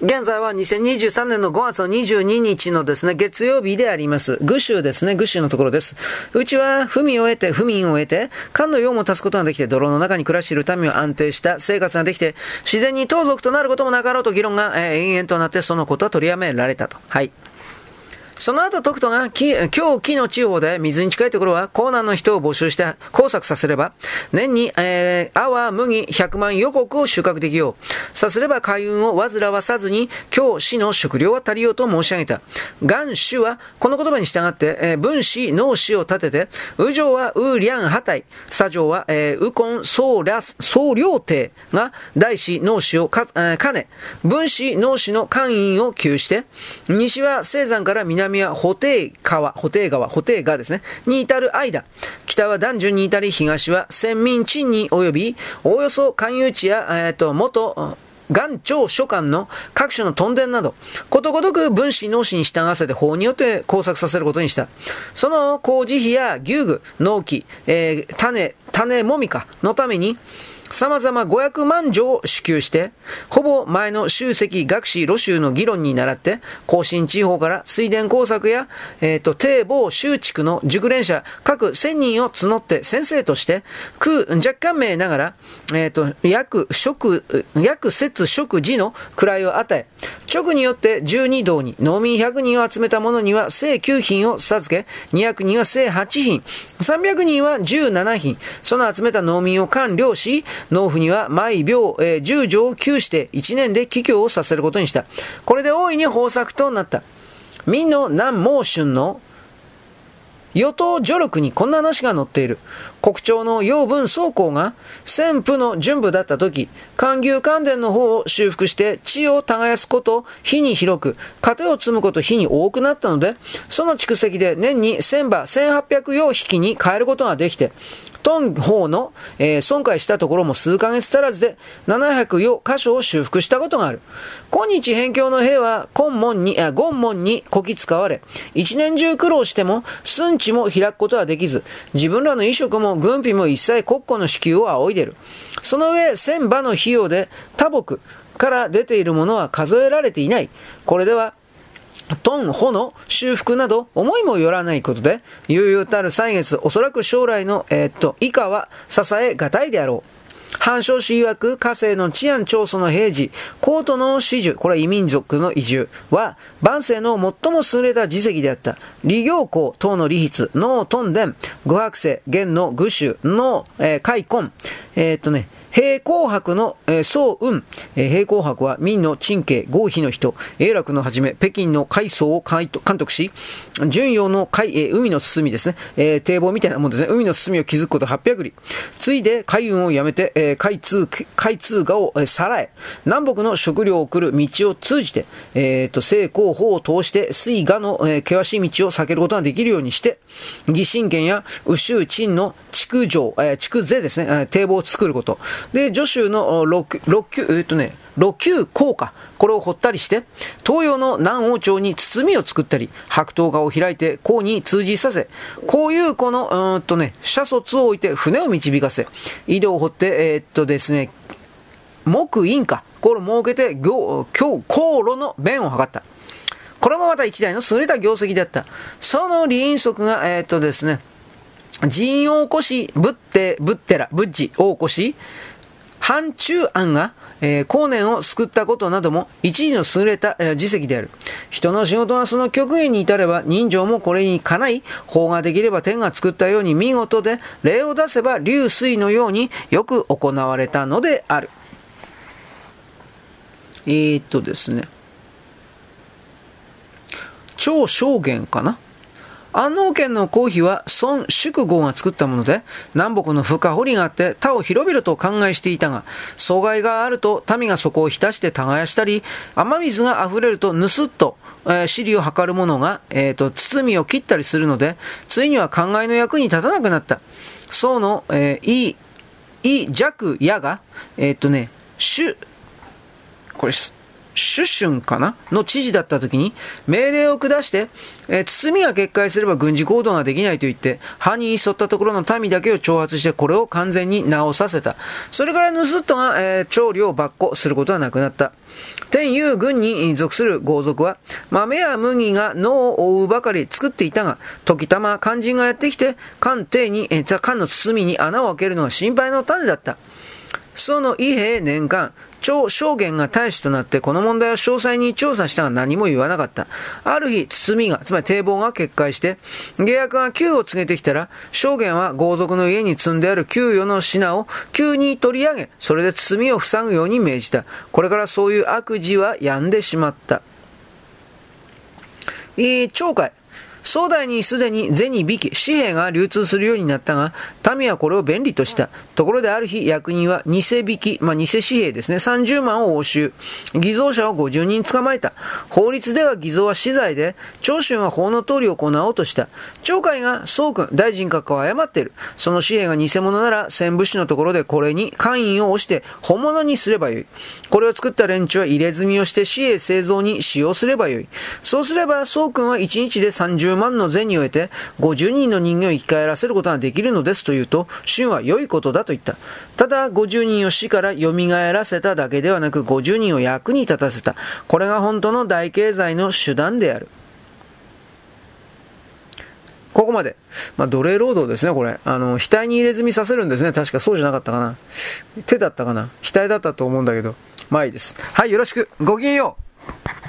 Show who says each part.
Speaker 1: 現在は2023年の5月の22日のですね、月曜日であります。愚州ですね、愚州のところです。うちは、府民を得て、官の用も足すことができて、泥の中に暮らしている民は安定した生活ができて、自然に盗賊となることもなかろうと議論が、延々となって、そのことは取りやめられたと。はい。その後、徳斗が、今日、木の地方で水に近いところは、江南の人を募集して工作させれば、年に、粟、麦、100万余石を収穫できよう。さすれば海運を煩わさずに、今日、市の食料は足りようと申し上げた。元首は、この言葉に従って、分子、農子を立てて、右上は右梁破体、左上は、右根総領帝が、大子、農子を兼ね、分子、農子の官員を給して、西は西山から南は布袋ですね、に至る間、北は男順に至り、東は先民鎮に及び、おおよそ勧誘地や、元、元朝諸官の各種の屯田など、ことごとく分子農子に従わせて法によって工作させることにした。その工事費や牛具、農機、種もみかのために、様々500万錠を支給して、ほぼ前の習積学士露州の議論に倣って、甲信地方から水田工作や、堤防修築の熟練者各1000人を募って先生として、若干名ながら、約節食事の位を与え、直によって12道に農民100人を集めた者には正9品を授け、200人は正8品、300人は17品、その集めた農民を完了し、農夫には毎秒、10錠を給して1年で帰郷をさせることにした。これで大いに豊作となった。明の南孟春の与党序録にこんな話が載っている。国朝の楊文宗公が旋風の準部だった時、官牛関田の方を修復して地を耕すこと日に広く、糧を積むこと日に多くなったので、その蓄積で年に1000羽1800葉匹に変えることができて、東方の、損壊したところも数ヶ月足らずで700余箇所を修復したことがある。今日辺境の兵は言門にこき使われ、一年中苦労しても寸地も開くことはできず、自分らの衣食も軍費も一切国庫の支給を仰いでいる。その上1000羽の費用で他木から出ているものは数えられていない。これではトンホの修復など思いもよらないことで、悠々たる歳月、おそらく将来の、以下は支えがたいであろう。藩将氏曰く、河西の治安長祖の平治、高都の始終、これは異民族の移住は、万世の最も優れた事績であった。李行公等の李筆、の屯田、呉伯生、元の愚州の、開墾、平公伯の、宋雲、平公伯は明の陳慶、合肥の人、永楽のはじめ、北京の海藻を監督し、順陽の海の包みですね、堤防みたいなもんですね、海の包みを築くこと800里。ついで海運をやめて、開通河をさらえ、南北の食料を送る道を通じて、西広報を通して水河の、険しい道を避けることができるようにして、義信県や宇州陳の築税ですね、堤防を作ること。で、徐州の六級高架、これを掘ったりして、東洋の南王朝に包みを作ったり、白頭河を開いて港に通じさせ、こういうこの、車卒を置いて船を導かせ、井戸を掘って、ですね、木印か、これを設けて、航路の弁を図った。これもまた一台の優れた業績だった。その李印則が、ですね、寺院を起こし、仏寺を起こし、範中安が、後年を救ったことなども一時の優れた、実績である。人の仕事はその極限に至れば人情もこれにかない、法ができれば天が作ったように見事で、例を出せば流水のようによく行われたのである。ですね。超証言かな。安納県の公費は孫宿豪が作ったもので、南北の深掘りがあって他を広々と考えしていたが、障害があると民がそこを浸して耕したり、雨水が溢れるとぬすっと、私利を図る者が、包みを切ったりするので、ついには考えの役に立たなくなった。宋の、弱野が、これです。 シュシュンかなの知事だった時に命令を下して、包みが決壊すれば軍事行動ができないと言って、歯に沿ったところの民だけを挑発してこれを完全に直させた。それからヌスットが、長領を跋扈することはなくなった。天佑軍に属する豪族は豆や麦が野を覆うばかり作っていたが、時たま肝心がやってきて缶の包みに穴を開けるのが心配の種だった。その伊兵年間、張将元が大使となってこの問題を詳細に調査したが何も言わなかった。ある日、包みが、つまり堤防が決壊して、下役が給を告げてきたら、将元は豪族の家に積んである給与の品を急に取り上げ、それで包みを塞ぐように命じた。これからそういう悪事は止んでしまった。鳥海。宋代にすでに銭引き、紙幣が流通するようになったが、民はこれを便利とした。ところである日、役人は偽引き、偽紙幣ですね、30万を押収。偽造者を50人捕まえた。法律では偽造は死罪で、長春は法の通り行おうとした。鳥海が宋君、大臣閣下を誤っている。その紙幣が偽物なら、千武士のところでこれに官印を押して本物にすればよい。これを作った連中は入れ墨をして紙幣製造に使用すればよい。そうすれば、宋君は1日で30万の銭を得て50人の人間を生き返らせることができるのですと言うと、春は良いことだと言った。ただ50人を死から蘇らせただけではなく、50人を役に立たせた。これが本当の大経済の手段である。ここまで。奴隷労働ですね、これ。額に入れ墨させるんですね。確かそうじゃなかったかな。手だったかな。額だったと思うんだけど。まあいいです。はい、よろしく。ごきげんよう。